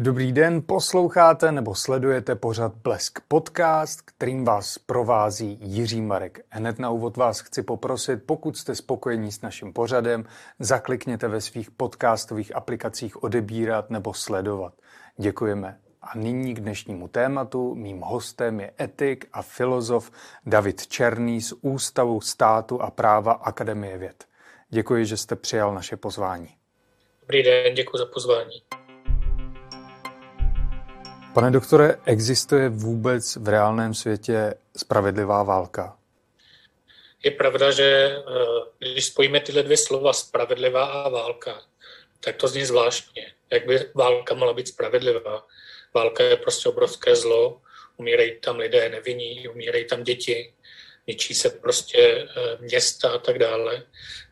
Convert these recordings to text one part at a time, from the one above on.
Dobrý den, posloucháte nebo sledujete pořad Blesk podcast, kterým vás provází Jiří Marek. Hned na úvod vás chci poprosit, pokud jste spokojení s naším pořadem, zaklikněte ve svých podcastových aplikacích odebírat nebo sledovat. Děkujeme. A nyní k dnešnímu tématu. Mým hostem je etik a filozof David Černý z Ústavu státu a práva Akademie věd. Děkuji, že jste přijal naše pozvání. Dobrý den, děkuji za pozvání. Pane doktore, existuje vůbec v reálném světě spravedlivá válka? Je pravda, že když spojíme tyhle dvě slova, spravedlivá a válka, tak to zní zvláštně. Jak by válka mohla být spravedlivá? Válka je prostě obrovské zlo, umírají tam lidé nevinní, umírají tam děti, ničí se prostě města a tak dále.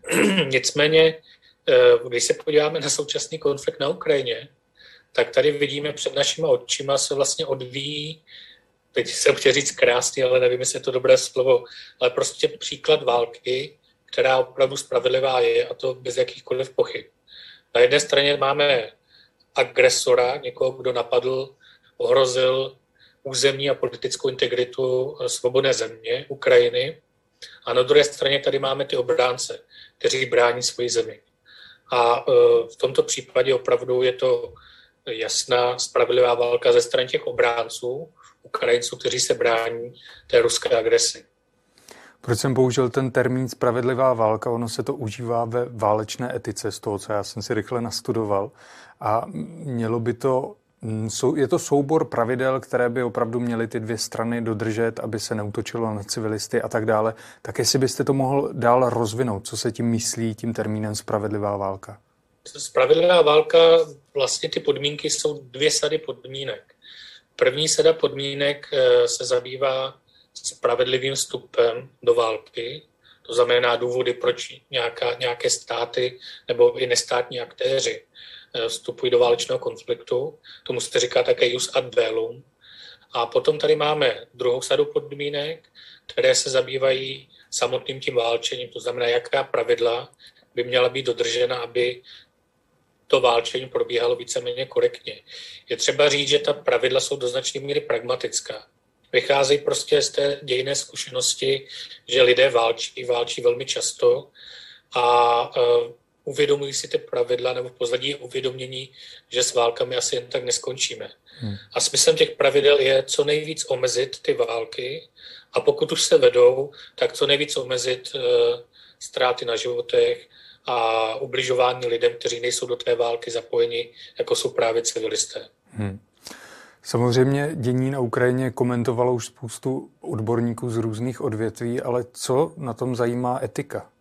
Nicméně, když se podíváme na současný konflikt na Ukrajině, tak tady vidíme před našimi očima se vlastně odvíjí, teď jsem chtěl říct krásný, ale nevím, jestli je to dobré slovo, ale prostě příklad války, která opravdu spravedlivá je, a to bez jakýchkoliv pochyb. Na jedné straně máme agresora, někoho, kdo napadl, ohrozil územní a politickou integritu svobodné země, Ukrajiny, a na druhé straně tady máme ty obránce, kteří brání svoji zemi. A v tomto případě opravdu je to jasná spravedlivá válka ze strany těch obránců, Ukrajinců, kteří se brání té ruské agresi. Proč jsem použil ten termín spravedlivá válka? Ono se to užívá ve válečné etice, z toho, co já jsem si rychle nastudoval. A mělo by to, je to soubor pravidel, které by opravdu měly ty dvě strany dodržet, aby se neútočilo na civilisty a tak dále. Tak jestli byste to mohl dál rozvinout, co se tím myslí tím termínem spravedlivá válka? Spravedlivá válka, vlastně ty podmínky jsou dvě sady podmínek. První sada podmínek se zabývá spravedlivým vstupem do války, to znamená důvody, proč nějaké státy nebo i nestátní aktéři vstupují do válečného konfliktu. Tomu se říká také jus ad bellum. A potom tady máme druhou sadu podmínek, které se zabývají samotným tím válčením, to znamená, jaká pravidla by měla být dodržena, aby to válčení probíhalo víceméně korektně. Je třeba říct, že ta pravidla jsou do značné míry pragmatická. Vycházejí prostě z té dějinné zkušenosti, že lidé válčí velmi často a uvědomují si ty pravidla nebo v pozadí uvědomění, že s válkami asi jen tak neskončíme. A smyslem těch pravidel je co nejvíc omezit ty války a pokud už se vedou, tak co nejvíc omezit ztráty na životech a ubližování lidem, kteří nejsou do té války zapojeni, jako jsou právě civilisté. Samozřejmě dění na Ukrajině komentovalo už spoustu odborníků z různých odvětví, ale co na tom zajímá etika?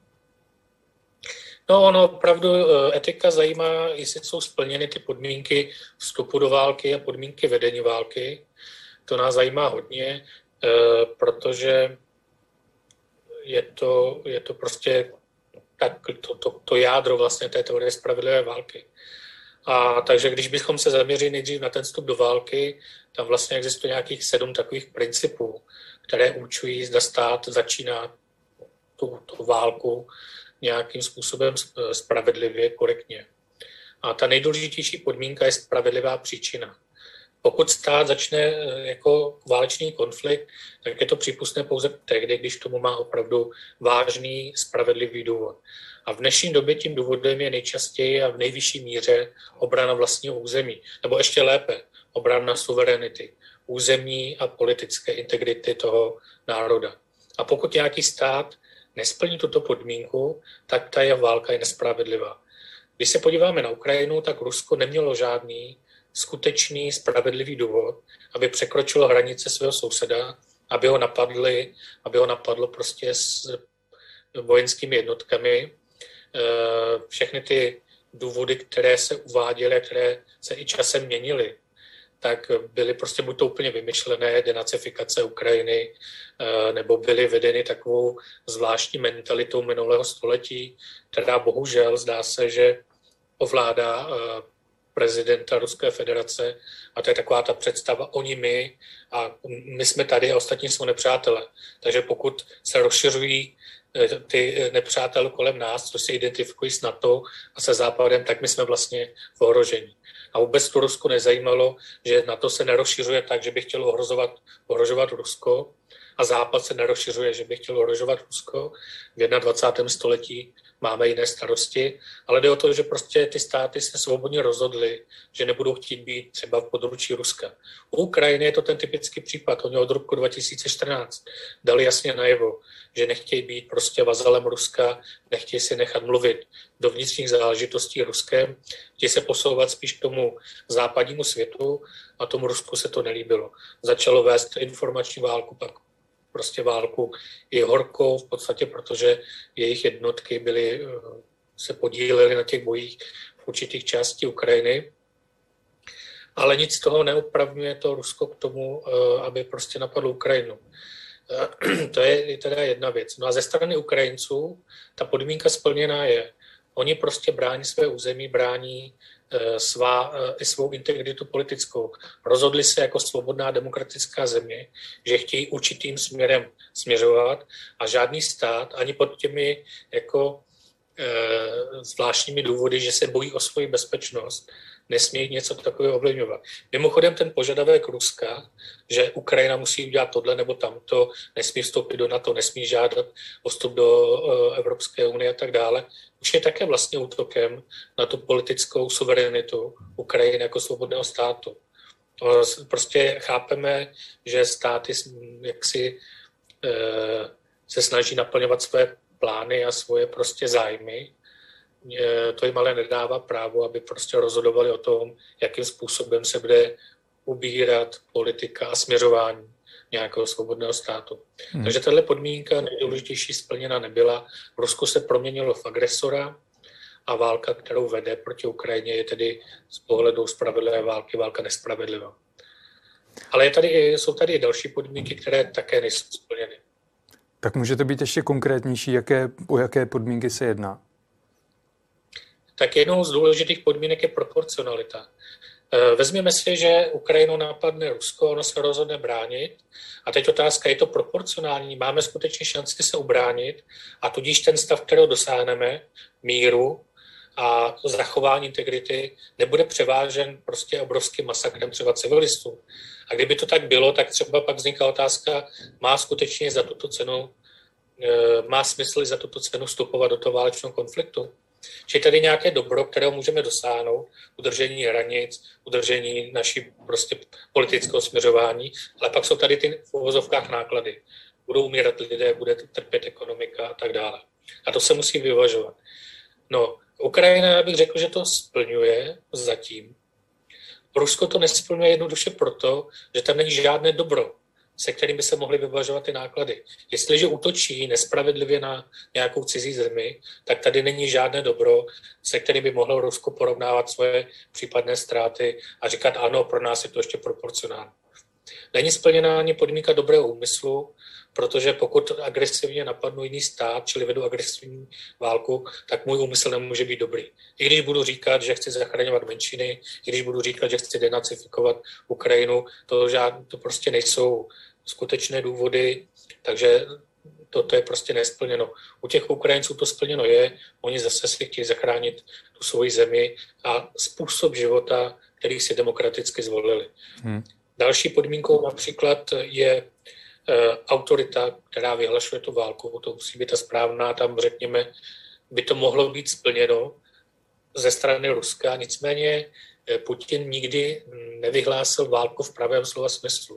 No, ono opravdu etika zajímá, jestli jsou splněny ty podmínky vstupu do války a podmínky vedení války. To nás zajímá hodně, protože je to prostě tak to jádro vlastně té teorie spravedlivé války. A takže když bychom se zaměřili nejdřív na ten vstup do války, tam vlastně existuje nějakých 7 takových principů, které určují, zda stát začíná tu válku nějakým způsobem spravedlivě, korektně. A ta nejdůležitější podmínka je spravedlivá příčina. Pokud stát začne jako válečný konflikt, tak je to přípustné pouze tehdy, když tomu má opravdu vážný, spravedlivý důvod. A v dnešní době tím důvodem je nejčastěji a v nejvyšší míře obrana vlastního území, nebo ještě lépe, obrana suverenity, územní a politické integrity toho národa. A pokud nějaký stát nesplní tuto podmínku, tak ta jeho válka je nespravedlivá. Když se podíváme na Ukrajinu, tak Rusko nemělo žádný skutečný, spravedlivý důvod, aby překročilo hranice svého souseda, aby ho napadlo prostě s vojenskými jednotkami. Všechny ty důvody, které se uváděly a které se i časem měnily, tak byly prostě buď to úplně vymyšlené, denacifikace Ukrajiny, nebo byly vedeny takovou zvláštní mentalitou minulého století, která bohužel zdá se, že ovládá prezidenta Ruské federace a to je taková ta představa oni my a my jsme tady a ostatní jsou nepřátelé. Takže pokud se rozšiřují ty nepřátelé kolem nás, co se identifikují s NATO a se Západem, tak my jsme vlastně v ohrožení. A vůbec to Rusko nezajímalo, že NATO se nerozšiřuje tak, že by chtělo ohrožovat Rusko a Západ se nerozšiřuje, že by chtělo ohrožovat Rusko. V 21. století máme jiné starosti, ale jde o to, že prostě ty státy se svobodně rozhodly, že nebudou chtít být třeba v područí Ruska. U Ukrajiny je to ten typický případ. Oni od roku 2014 dali jasně najevo, že nechtějí být prostě vazalem Ruska, nechtějí si nechat mluvit do vnitřních záležitostí Ruskem, chtějí se posouvat spíš k tomu západnímu světu a tomu Rusku se to nelíbilo. Začalo vést informační válku, pak prostě válku i horkou v podstatě, protože jejich jednotky se podílely na těch bojích v určitých částí Ukrajiny. Ale nic z toho neopravňuje to Rusko k tomu, aby prostě napadlo Ukrajinu. To je teda jedna věc. No a ze strany Ukrajinců ta podmínka splněná je. Oni prostě brání své území, brání svou integritu politickou. Rozhodli se jako svobodná demokratická země, že chtějí určitým směrem směřovat a žádný stát ani pod těmi jako zvláštními důvody, že se bojí o svoji bezpečnost, nesmí něco takového ovlivňovat. Mimochodem ten požadavek Ruska, že Ukrajina musí udělat tohle nebo tamto, nesmí vstoupit do NATO, nesmí žádat o vstup do Evropské unie a tak dále, už je také vlastně útokem na tu politickou suverenitu Ukrajiny jako svobodného státu. Prostě chápeme, že státy jaksi se snaží naplňovat své plány a svoje prostě zájmy. To jim ale nedává právo, aby prostě rozhodovali o tom, jakým způsobem se bude ubírat politika a směřování nějakého svobodného státu. Takže tahle podmínka nejdůležitější splněna nebyla. Rusko se proměnilo v agresora a válka, kterou vede proti Ukrajině, je tedy z pohledu spravedlivé války válka nespravedlivá. Ale jsou tady i další podmínky, které také nejsou splněny. Tak můžete být ještě konkrétnější, o jaké podmínky se jedná? Tak jednou z důležitých podmínek je proporcionalita. Vezměme si, že Ukrajinu napadne Rusko, ono se rozhodne bránit a teď otázka, je to proporcionální, máme skutečně šanci se ubránit a tudíž ten stav, kterého dosáhneme, míru a zachování integrity, nebude převážen prostě obrovským masakrem třeba civilistů. A kdyby to tak bylo, tak třeba pak vzniká otázka, má skutečně za tuto cenu, má smysl za tuto cenu vstupovat do toho válečného konfliktu? Že tady nějaké dobro, kterého můžeme dosáhnout, udržení hranic, udržení naší prostě politického směřování, ale pak jsou tady ty v uvozovkách náklady. Budou umírat lidé, bude trpět ekonomika a tak dále. A to se musí vyvažovat. No, Ukrajina, já bych řekl, že to splňuje zatím. Rusko to nesplňuje jednoduše proto, že tam není žádné dobro, se kterým by se mohly vyvažovat ty náklady. Jestliže útočí nespravedlivě na nějakou cizí zemi, tak tady není žádné dobro, se kterým by mohlo Rusko porovnávat svoje případné ztráty a říkat ano, pro nás je to ještě proporcionální. Není splněná ani podmínka dobrého úmyslu, protože pokud agresivně napadnu jiný stát, čili vedu agresivní válku, tak můj úmysl nemůže být dobrý. I když budu říkat, že chci zachraňovat menšiny, i když budu říkat, že chci denacifikovat Ukrajinu, to prostě nejsou skutečné důvody, takže to je prostě nesplněno. U těch Ukrajinců to splněno je, oni zase si chtějí zachránit tu svoji zemi a způsob života, který si demokraticky zvolili. Další podmínkou například je autorita, která vyhlašuje tu válku, to musí být ta správná, tam řekněme, by to mohlo být splněno ze strany Ruska, nicméně Putin nikdy nevyhlásil válku v pravém slova smyslu.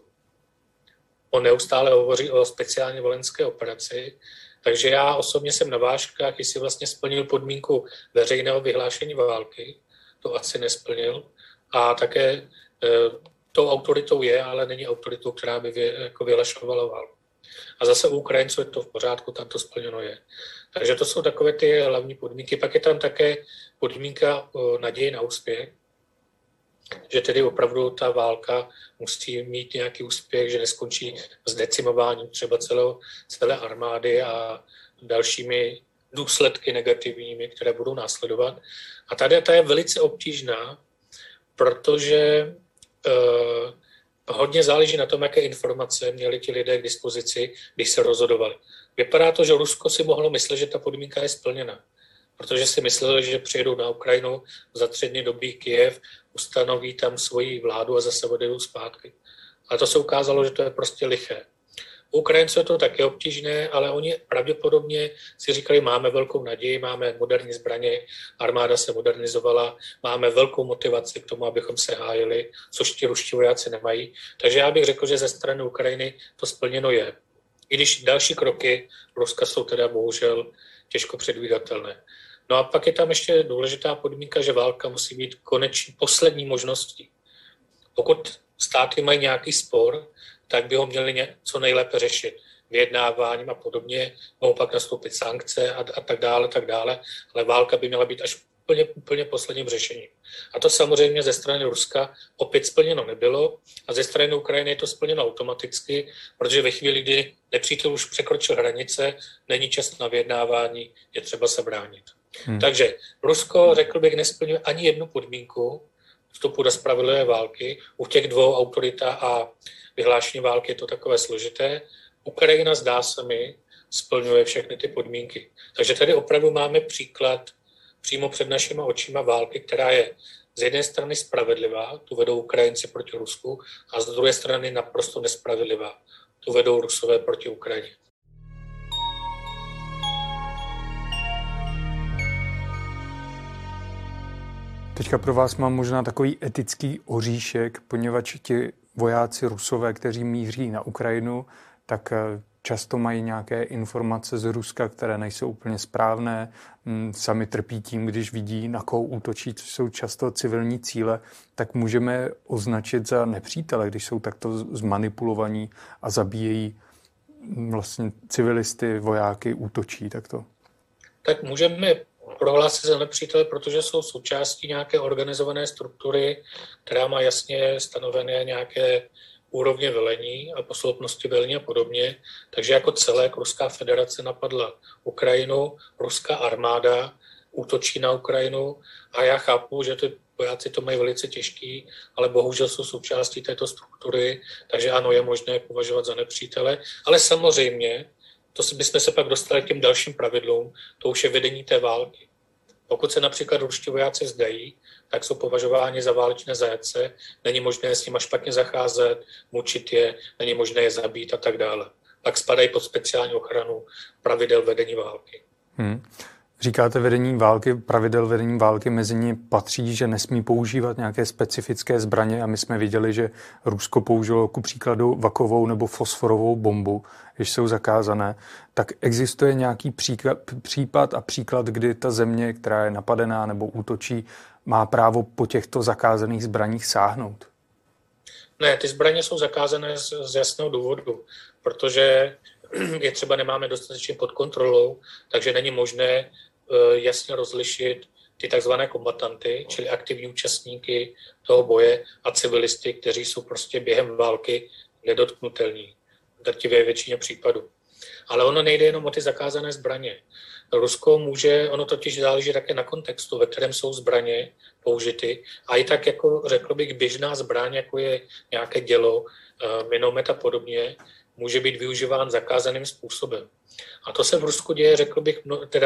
On neustále hovoří o speciální vojenské operaci, takže já osobně jsem na vážkách, jestli vlastně splnil podmínku veřejného vyhlášení války, to asi nesplnil, a také tou autoritou je, ale není autoritou, která by jako vyhlašovala válku. A zase u Ukrajinců je to v pořádku, tam to splněno je. Takže to jsou takové ty hlavní podmínky. Pak je tam také podmínka naděje na úspěch, že tedy opravdu ta válka musí mít nějaký úspěch, že neskončí s decimováním třeba celé armády a dalšími důsledky negativními, které budou následovat. A tady ta je velice obtížná, protože hodně záleží na tom, jaké informace měli ti lidé k dispozici, když se rozhodovali. Vypadá to, že Rusko si mohlo myslet, že ta podmínka je splněna. protože si mysleli, že přijedou na Ukrajinu, za 3 dny dobí Kyjev, ustanoví tam svoji vládu a zase odjedou zpátky. A to se ukázalo, že to je prostě liché. U Ukrajinců je to taky obtížné, ale oni pravděpodobně si říkali, máme velkou naději, máme moderní zbraně, armáda se modernizovala, máme velkou motivaci k tomu, abychom se hájili, což ti ruští vojáci nemají. Takže já bych řekl, že ze strany Ukrajiny to splněno je. I když další kroky Ruska jsou teda bohužel těžko předvídatelné. No a pak je tam ještě důležitá podmínka, že válka musí být konečně poslední možností. Pokud státy mají nějaký spor, tak by ho měli co nejlépe řešit vyjednáváním a podobně, mohou pak nastoupit sankce a tak dále, ale válka by měla být až úplně posledním řešením. A to samozřejmě ze strany Ruska opět splněno nebylo a ze strany Ukrajiny je to splněno automaticky, protože ve chvíli, kdy nepřítel už překročil hranice, není čas na vyjednávání, je třeba se bránit. Takže Rusko, řekl bych, nesplňuje ani jednu podmínku vstupu do spravedlivé války. U těch 2 autorita a vyhlášení války je to takové složité. Ukrajina, zdá se mi, splňuje všechny ty podmínky. Takže tady opravdu máme příklad přímo před našima očima války, která je z jedné strany spravedlivá, tu vedou Ukrajinci proti Rusku, a z druhé strany naprosto nespravedlivá, tu vedou Rusové proti Ukrajině. Teďka pro vás mám možná takový etický oříšek, poněvadž ti vojáci Rusové, kteří míří na Ukrajinu, tak často mají nějaké informace z Ruska, které nejsou úplně správné. Sami trpí tím, když vidí, na koho útočí, což jsou často civilní cíle, tak můžeme označit za nepřítele, když jsou takto zmanipulovaní a zabíjejí vlastně civilisty, vojáky, útočí takto. Tak můžeme prohlásit za nepřítele, protože jsou součástí nějaké organizované struktury, která má jasně stanovené nějaké úrovně velení a posloupnosti velení a podobně. Takže jako celek Ruská federace napadla Ukrajinu, ruská armáda útočí na Ukrajinu a já chápu, že ty vojáci to mají velice těžký, ale bohužel jsou součástí této struktury, takže ano, je možné považovat za nepřítele, ale samozřejmě to bychom se pak dostali k těm dalším pravidlům, to už je vedení té války. Pokud se například ruští vojáci vzdají, tak jsou považováni za válečné zajatce, není možné s nimi špatně zacházet, mučit je, není možné je zabít a tak dále. Pak spadají pod speciální ochranu pravidel vedení války. Říkáte vedení války, pravidel vedení války, mezi ní patří, že nesmí používat nějaké specifické zbraně a my jsme viděli, že Rusko použilo ku příkladu vakovou nebo fosforovou bombu, když jsou zakázané. Tak existuje nějaký případ a příklad, kdy ta země, která je napadená nebo útočí, má právo po těchto zakázaných zbraních sáhnout? Ne, ty zbraně jsou zakázané z jasného důvodu, protože je třeba nemáme dostatečně pod kontrolou, takže není možné jasně rozlišit ty takzvané kombatanty, čili aktivní účastníky toho boje a civilisty, kteří jsou prostě během války nedotknutelní v drtivé většině případů. Ale ono nejde jenom o ty zakázané zbraně. Rusko může, ono totiž záleží také na kontextu, ve kterém jsou zbraně použity. A i tak, jako řekl bych, běžná zbraň, jako je nějaké dělo, minomet a podobně, může být využíván zakázaným způsobem. A to se v Rusku děje, řekl bych,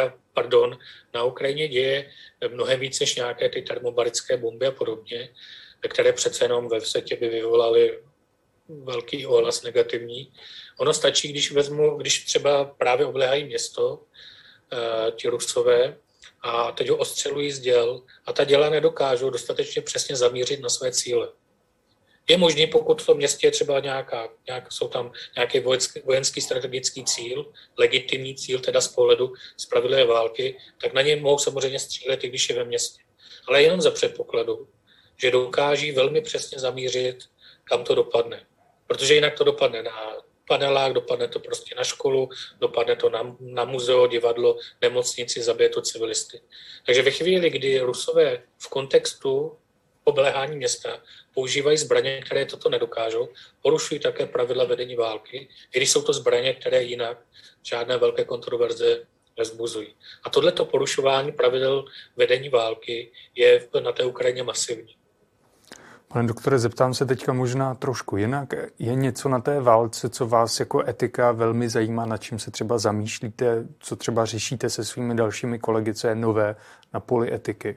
na Ukrajině děje mnohem víc než nějaké ty termobarické bomby a podobně, které přece jenom ve světě by vyvolaly velký ohlas negativní. Ono stačí, když třeba právě obléhají město, ti Rusové, a teď ho ostřelují z děl a ta děla nedokážou dostatečně přesně zamířit na své cíle. Je možné, pokud v tom městě je třeba jsou tam nějaký vojenský strategický cíl, legitimní cíl, teda z pohledu spravedlivé války, tak na ně mohou samozřejmě střílet, i když je ve městě. Ale jenom za předpokladu, že dokáží velmi přesně zamířit, kam to dopadne. Protože jinak to dopadne na panelách, dopadne to prostě na školu, dopadne to na muzeo, divadlo, nemocnici, zabije to civilisty. Takže ve chvíli, kdy Rusové v kontextu obléhání města používají zbraně, které toto nedokážou, porušují také pravidla vedení války, i když jsou to zbraně, které jinak žádné velké kontroverze nezbuzují. A tohleto porušování pravidel vedení války je na té Ukrajině masivní. Pane doktore, zeptám se teďka možná trošku jinak. Je něco na té válce, co vás jako etika velmi zajímá, nad čím se třeba zamýšlíte, co třeba řešíte se svými dalšími kolegy, co je nové na poli etiky?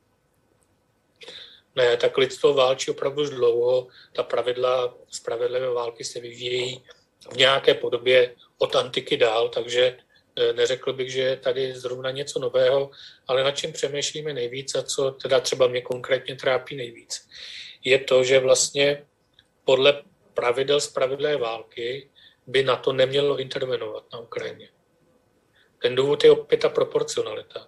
Ne, tak lidstvo válčí opravdu už dlouho. Ta pravidla spravedlivé války se vyvíjejí v nějaké podobě od antiky dál, takže neřekl bych, že je tady zrovna něco nového, ale nad čím přemýšlíme nejvíc a co teda třeba mě konkrétně trápí nejvíc, je to, že vlastně podle pravidel spravedlivé války by na to nemělo intervenovat na Ukrajině. Ten důvod je opět ta proporcionalita.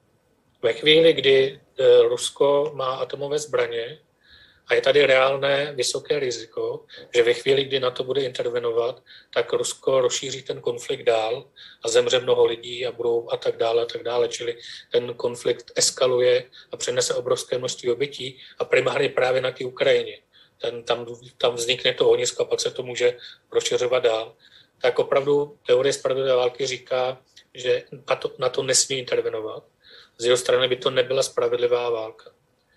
Ve chvíli, kdy Rusko má atomové zbraně a je tady reálné vysoké riziko, že ve chvíli, kdy na to bude intervenovat, tak Rusko rozšíří ten konflikt dál a zemře mnoho lidí a budou a tak dále. Čili ten konflikt eskaluje a přenese obrovské množství obětí a primárně právě na té Ukrajině. Tam vznikne to ohnisko a pak se to může rozšiřovat dál. Tak opravdu teorie spravedlivé války říká, že na to nesmí intervenovat. Z jeho strany by to nebyla spravedlivá válka.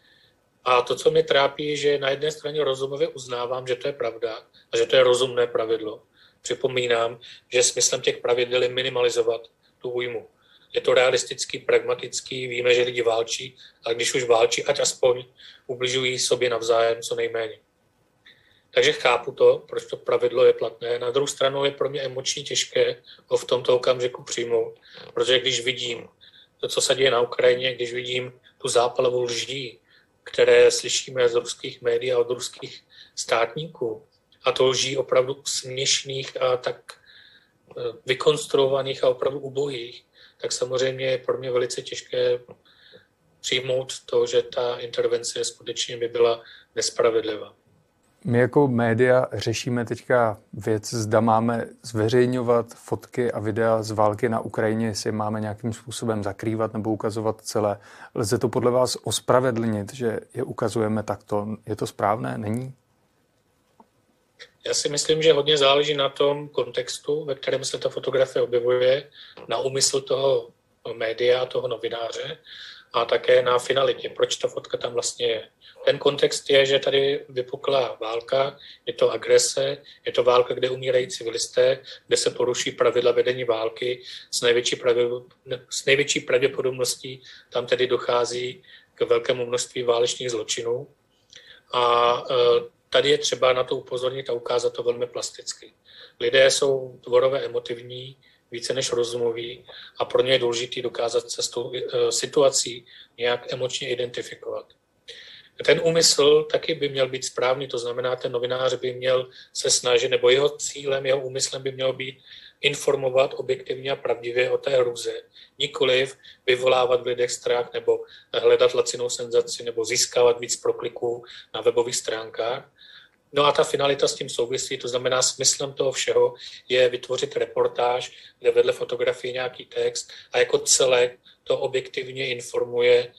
A to, co mě trápí, je, že na jedné straně rozumově uznávám, že to je pravda a že to je rozumné pravidlo. Připomínám, že smyslem těch pravidel je minimalizovat tu újmu. Je to realistický, pragmatický, víme, že lidi válčí, ale když už válčí, ať aspoň ubližují sobě navzájem co nejméně. Takže chápu to, proč to pravidlo je platné. Na druhou stranu je pro mě emočně těžké ho v tomto okamžiku přijmout, protože když vidím to, co se děje na Ukrajině, když vidím tu zápalavu lží, které slyšíme z ruských médií a od ruských státníků, a to lží opravdu směšných a tak vykonstruovaných a opravdu ubohých, tak samozřejmě je pro mě velice těžké přijmout to, že ta intervence skutečně by byla nespravedlivá. My jako média řešíme teďka věc, zda máme zveřejňovat fotky a videa z války na Ukrajině, jestli máme nějakým způsobem zakrývat nebo ukazovat celé. Lze to podle vás ospravedlnit, že je ukazujeme takto? Je to správné? Není? Já si myslím, že hodně záleží na tom kontextu, ve kterém se ta fotografie objevuje, na úmysl toho média, toho novináře a také na finalitě, proč ta fotka tam vlastně je. Ten kontext je, že tady vypukla válka, je to agrese, je to válka, kde umírají civilisté, kde se poruší pravidla vedení války, s největší pravděpodobností tam tedy dochází k velkému množství válečných zločinů. A tady je třeba na to upozornit a ukázat to velmi plasticky. Lidé jsou tvorové emotivní, více než rozumoví a pro ně je důležité dokázat se s tou situací nějak emočně identifikovat. Ten úmysl taky by měl být správný, to znamená, ten novinář by měl se snažit, nebo jeho cílem, jeho úmyslem by mělo být informovat objektivně a pravdivě o té hrůze. Nikoliv vyvolávat v lidech strach nebo hledat lacinou senzaci nebo získávat víc prokliků na webových stránkách. No a ta finalita s tím souvisí, to znamená, smyslem toho všeho je vytvořit reportáž, kde vedle fotografie je nějaký text a jako celek to objektivně informuje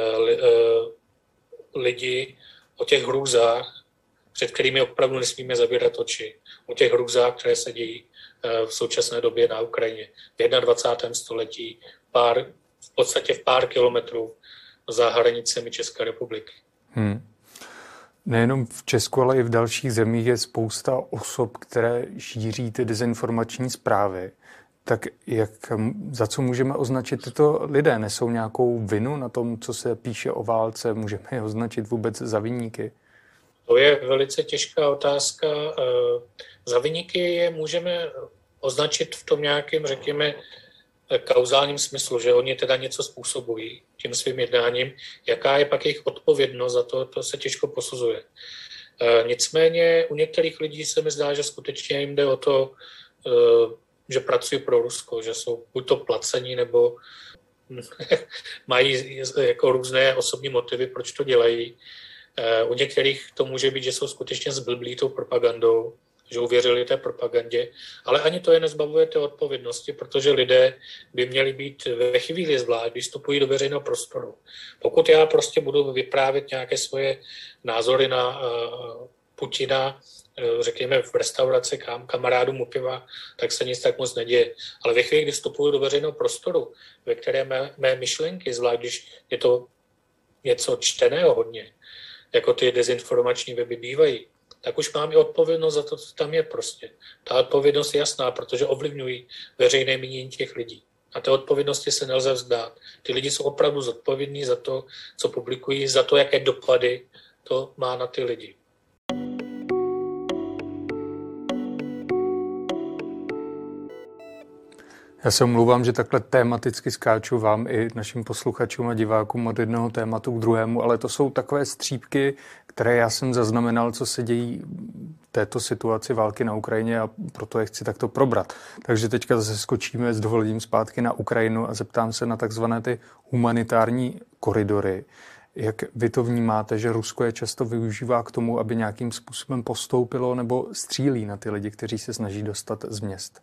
lidi o těch hrůzách, před kterými opravdu nesmíme zavírat oči, o těch hrůzách, které se dějí v současné době na Ukrajině. V 21. století, v podstatě v pár kilometrů za hranicemi České republiky. Nejenom v Česku, ale i v dalších zemích je spousta osob, které šíří ty dezinformační zprávy. Tak za co můžeme označit tyto lidé? Nesou nějakou vinu na tom, co se píše o válce? Můžeme je označit vůbec za viníky? To je velice těžká otázka. Za viníky je můžeme označit v tom nějakém, řekněme, kauzálním smyslu, že oni teda něco způsobují tím svým jednáním. Jaká je pak jejich odpovědnost za to se těžko posuzuje. Nicméně u některých lidí se mi zdá, že skutečně jim jde o to, že pracují pro Rusko, že jsou buď to placení, nebo mají jako různé osobní motivy, proč to dělají. U některých to může být, že jsou skutečně zblblí tou propagandou, že uvěřili té propagandě, ale ani to je nezbavuje té odpovědnosti, protože lidé by měli být ve chvíli zvlášť, když vstupují do veřejného prostoru. Pokud já prostě budu vyprávět nějaké svoje názory na Putina, řekněme v restauraci kamarádům u piva, tak se nic tak moc neděje. Ale ve chvíli, kdy vstupuji do veřejného prostoru, ve které mé myšlenky, zvlášť když je to něco čteného hodně, jako ty dezinformační weby bývají, tak už mám i odpovědnost za to, co tam je prostě. Ta odpovědnost je jasná, protože ovlivňují veřejné mínění těch lidí. A té odpovědnosti se nelze vzdát. Ty lidi jsou opravdu zodpovědní za to, co publikují, za to, jaké dopady to má na ty lidi. Já se omlouvám, že takhle tématicky skáču vám i našim posluchačům a divákům od jednoho tématu k druhému, ale to jsou takové střípky, které já jsem zaznamenal, co se dějí v této situaci války na Ukrajině a proto je chci takto probrat. Takže teďka zase skočíme s dovolením zpátky na Ukrajinu a zeptám se na takzvané ty humanitární koridory. Jak vy to vnímáte, že Rusko je často využívá k tomu, aby nějakým způsobem postoupilo nebo střílí na ty lidi, kteří se snaží dostat z měst?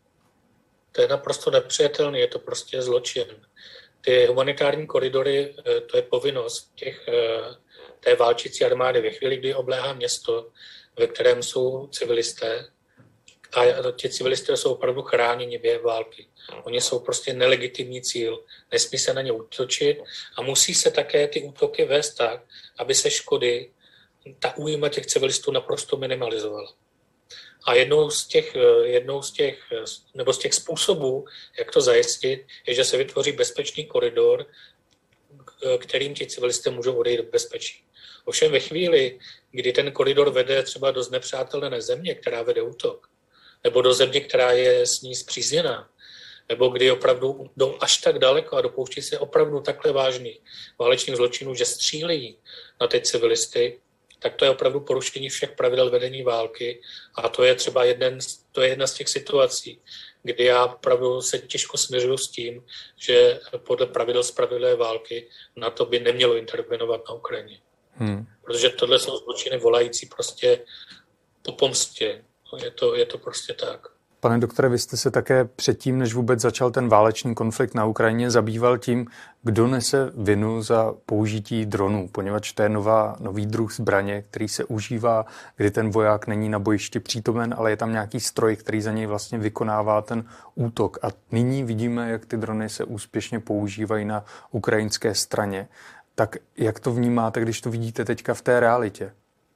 To je naprosto nepřijatelné, je to prostě zločin. Ty humanitární koridory, to je povinnost té válčící armády ve chvíli, kdy obléhá město, ve kterém jsou civilisté, a ti civilisté jsou opravdu chráněni během války. Oni jsou prostě nelegitimní cíl, nesmí se na ně útočit a musí se také ty útoky vést tak, aby se škody, ta újma těch civilistů naprosto minimalizovala. A jednou z těch způsobů, jak to zajistit, je, že se vytvoří bezpečný koridor, kterým ti civilisté můžou odejít do bezpečí. Ovšem ve chvíli, kdy ten koridor vede třeba do znepřátelené země, která vede útok, nebo do země, která je s ní spřízněná, nebo kdy opravdu jdou až tak daleko a dopouští se opravdu takhle vážný válečných zločinů, že střílejí na ty civilisty, tak to je opravdu porušení všech pravidel vedení války a to je třeba jedna z těch situací, kdy já opravdu se těžko smiřuju s tím, že podle pravidel spravedlivé války na to by nemělo intervenovat na Ukrajině. Protože tohle jsou zločiny volající prostě po pomstě. Je to prostě tak. Pane doktore, vy jste se také předtím, než vůbec začal ten válečný konflikt na Ukrajině, zabýval tím, kdo nese vinu za použití dronů, poněvadž to je nový druh zbraně, který se užívá, kdy ten voják není na bojišti přítomen, ale je tam nějaký stroj, který za něj vlastně vykonává ten útok. A nyní vidíme, jak ty drony se úspěšně používají na ukrajinské straně. Tak jak to vnímáte, když to vidíte teďka v té realitě?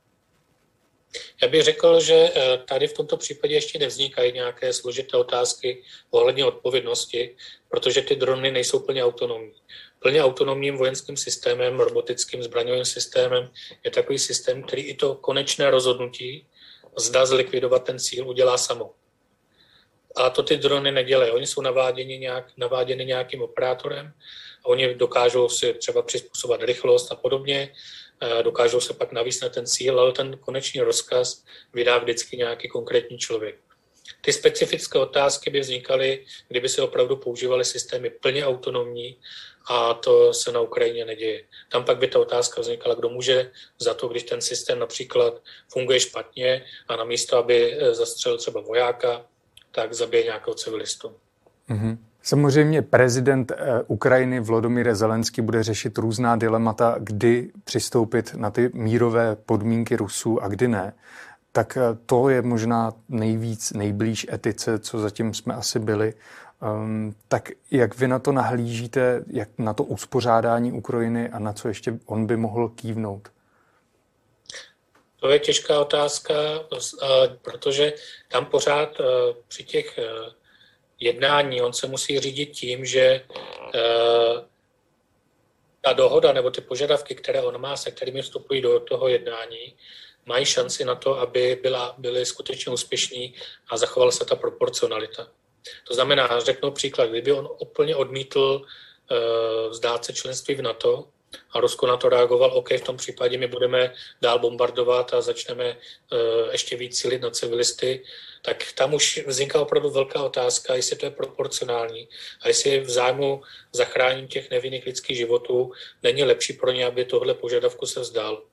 Já bych řekl, že tady v tomto případě ještě nevznikají nějaké složité otázky ohledně odpovědnosti, protože ty drony nejsou plně autonomní. Plně autonomním vojenským systémem, robotickým zbraňovým systémem je takový systém, který i to konečné rozhodnutí, zda zlikvidovat ten cíl, udělá samo. A to ty drony nedělají. Oni jsou naváděny nějakým operátorem a oni dokážou si třeba přizpůsobovat rychlost a podobně, dokážou se pak navíc na ten cíl, ale ten konečný rozkaz vydá vždycky nějaký konkrétní člověk. Ty specifické otázky by vznikaly, kdyby se opravdu používaly systémy plně autonomní a to se na Ukrajině neděje. Tam pak by ta otázka vznikala, kdo může za to, když ten systém například funguje špatně a namísto, aby zastřelil třeba vojáka, tak zabije nějakého civilistu. Mm-hmm. Samozřejmě prezident Ukrajiny Volodymyr Zelenský bude řešit různá dilemata, kdy přistoupit na ty mírové podmínky Rusů a kdy ne. Tak to je možná nejblíž etice, co zatím jsme asi byli. Tak jak vy na to nahlížíte, jak na to uspořádání Ukrajiny a na co ještě on by mohl kývnout? To je těžká otázka, protože tam pořád při těch jednání on se musí řídit tím, že ta dohoda nebo ty požadavky, které on má, se kterými vstupují do toho jednání, mají šanci na to, aby byly skutečně úspěšní a zachovala se ta proporcionalita. To znamená, řeknu příklad, kdyby on úplně odmítl vzdát se členství v NATO a Rusko na to reagoval, OK, v tom případě my budeme dál bombardovat a začneme ještě víc cílit na civilisty, tak tam už vzniká opravdu velká otázka, jestli to je proporcionální a jestli v zájmu zachránění těch nevinných lidských životů není lepší pro ně, aby tohle požadavku se vzdal.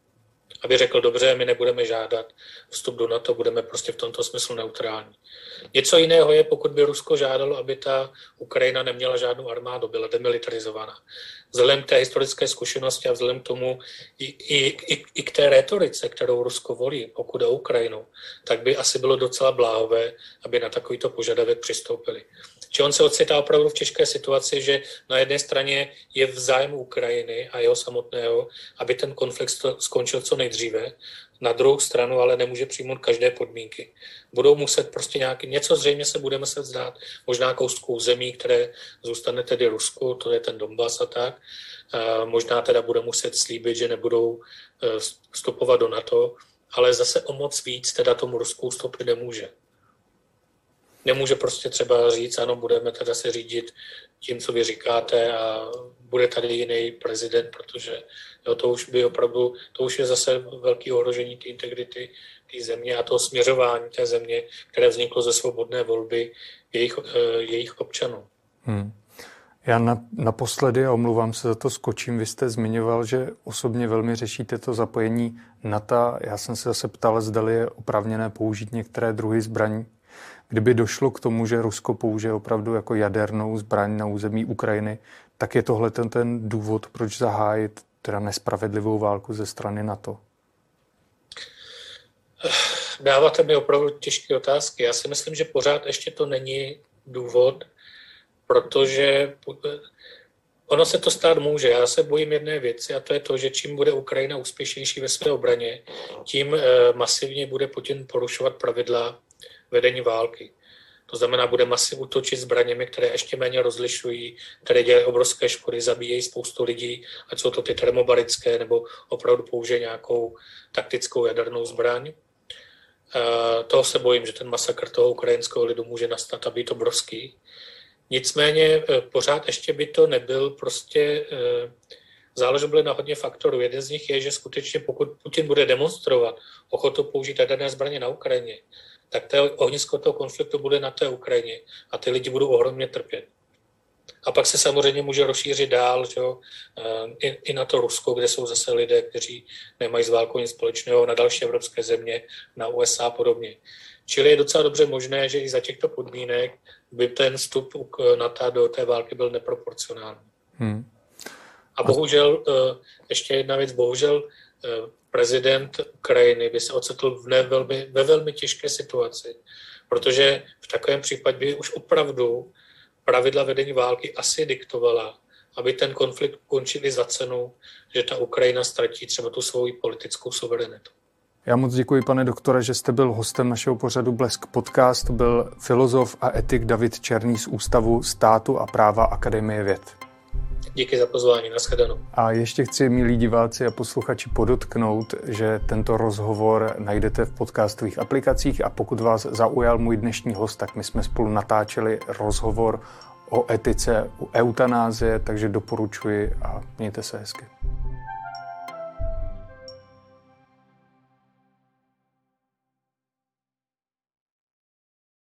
aby řekl, dobře, my nebudeme žádat vstup do NATO, budeme prostě v tomto smyslu neutrální. Něco jiného je, pokud by Rusko žádalo, aby ta Ukrajina neměla žádnou armádu, byla demilitarizovaná. Vzhledem k té historické zkušenosti a vzhledem k tomu i k té retorice, kterou Rusko volí, pokud o Ukrajinu, tak by asi bylo docela bláhové, aby na takovýto požadavek přistoupili. Či on se ocitá opravdu v těžké situaci, že na jedné straně je v zájmu Ukrajiny a jeho samotného, aby ten konflikt skončil co nejdříve, na druhou stranu ale nemůže přijmout každé podmínky. Budou muset prostě něco zřejmě se bude muset vzdát, možná kouskou zemí, které zůstane tedy Rusku, to je ten Donbas a tak. Možná teda bude muset slíbit, že nebudou vstupovat do NATO, ale zase o moc víc teda tomu Rusku ustoupit nemůže. Nemůže prostě třeba říct, ano, budeme teda se řídit tím, co vy říkáte a bude tady jiný prezident, protože jo, to už by opravdu, to už je zase velké ohrožení té integrity té země a toho směřování té země, které vzniklo ze svobodné volby jejich občanů. Já naposledy, a omlouvám se za to, skočím, vy jste zmiňoval, že osobně velmi řešíte to zapojení NATO. Já jsem se zase ptal, zdali je oprávněné použít některé druhy zbraní. Kdyby došlo k tomu, že Rusko použije opravdu jako jadernou zbraň na území Ukrajiny, tak je tohle ten důvod, proč zahájit teda nespravedlivou válku ze strany NATO? Dáváte mi opravdu těžké otázky. Já si myslím, že pořád ještě to není důvod, protože ono se to stát může. Já se bojím jedné věci a to je to, že čím bude Ukrajina úspěšnější ve své obraně, tím masivně bude Putin porušovat pravidla vedení války. To znamená, bude masivně útočit zbraněmi, které ještě méně rozlišují, které dělají obrovské škody, zabíjejí spoustu lidí, ať jsou to ty termobarické, nebo opravdu použije nějakou taktickou jadernou zbraň. Toho se bojím, že ten masakr toho ukrajinského lidu může nastat a být obrovský. Nicméně pořád ještě by to nebyl prostě záleželo na hodně faktorů. Jeden z nich je, že skutečně pokud Putin bude demonstrovat ochotu použít jaderné zbraně na Ukrajině, tak to ohnisko toho konfliktu bude na té Ukrajině a ty lidi budou ohromně trpět. A pak se samozřejmě může rozšířit dál, že jo, i na to Rusko, kde jsou zase lidé, kteří nemají s válkou nic společného, na další evropské země, na USA a podobně. Čili je docela dobře možné, že i za těchto podmínek by ten vstup NATO do té války byl neproporcionální. A bohužel, ještě jedna věc, bohužel prezident Ukrajiny by se ocitl ve velmi těžké situaci, protože v takovém případě by už opravdu pravidla vedení války asi diktovala, aby ten konflikt končil za cenu, že ta Ukrajina ztratí třeba tu svou politickou suverenitu. Já moc děkuji, pane doktore, že jste byl hostem našeho pořadu Blesk Podcast. To byl filozof a etik David Černý z Ústavu státu a práva Akademie věd. Díky za pozvání, nashledanou. A ještě chci, milí diváci a posluchači, podotknout, že tento rozhovor najdete v podcastových aplikacích a pokud vás zaujal můj dnešní host, tak my jsme spolu natáčeli rozhovor o etice u eutanázie, takže doporučuji a mějte se hezky.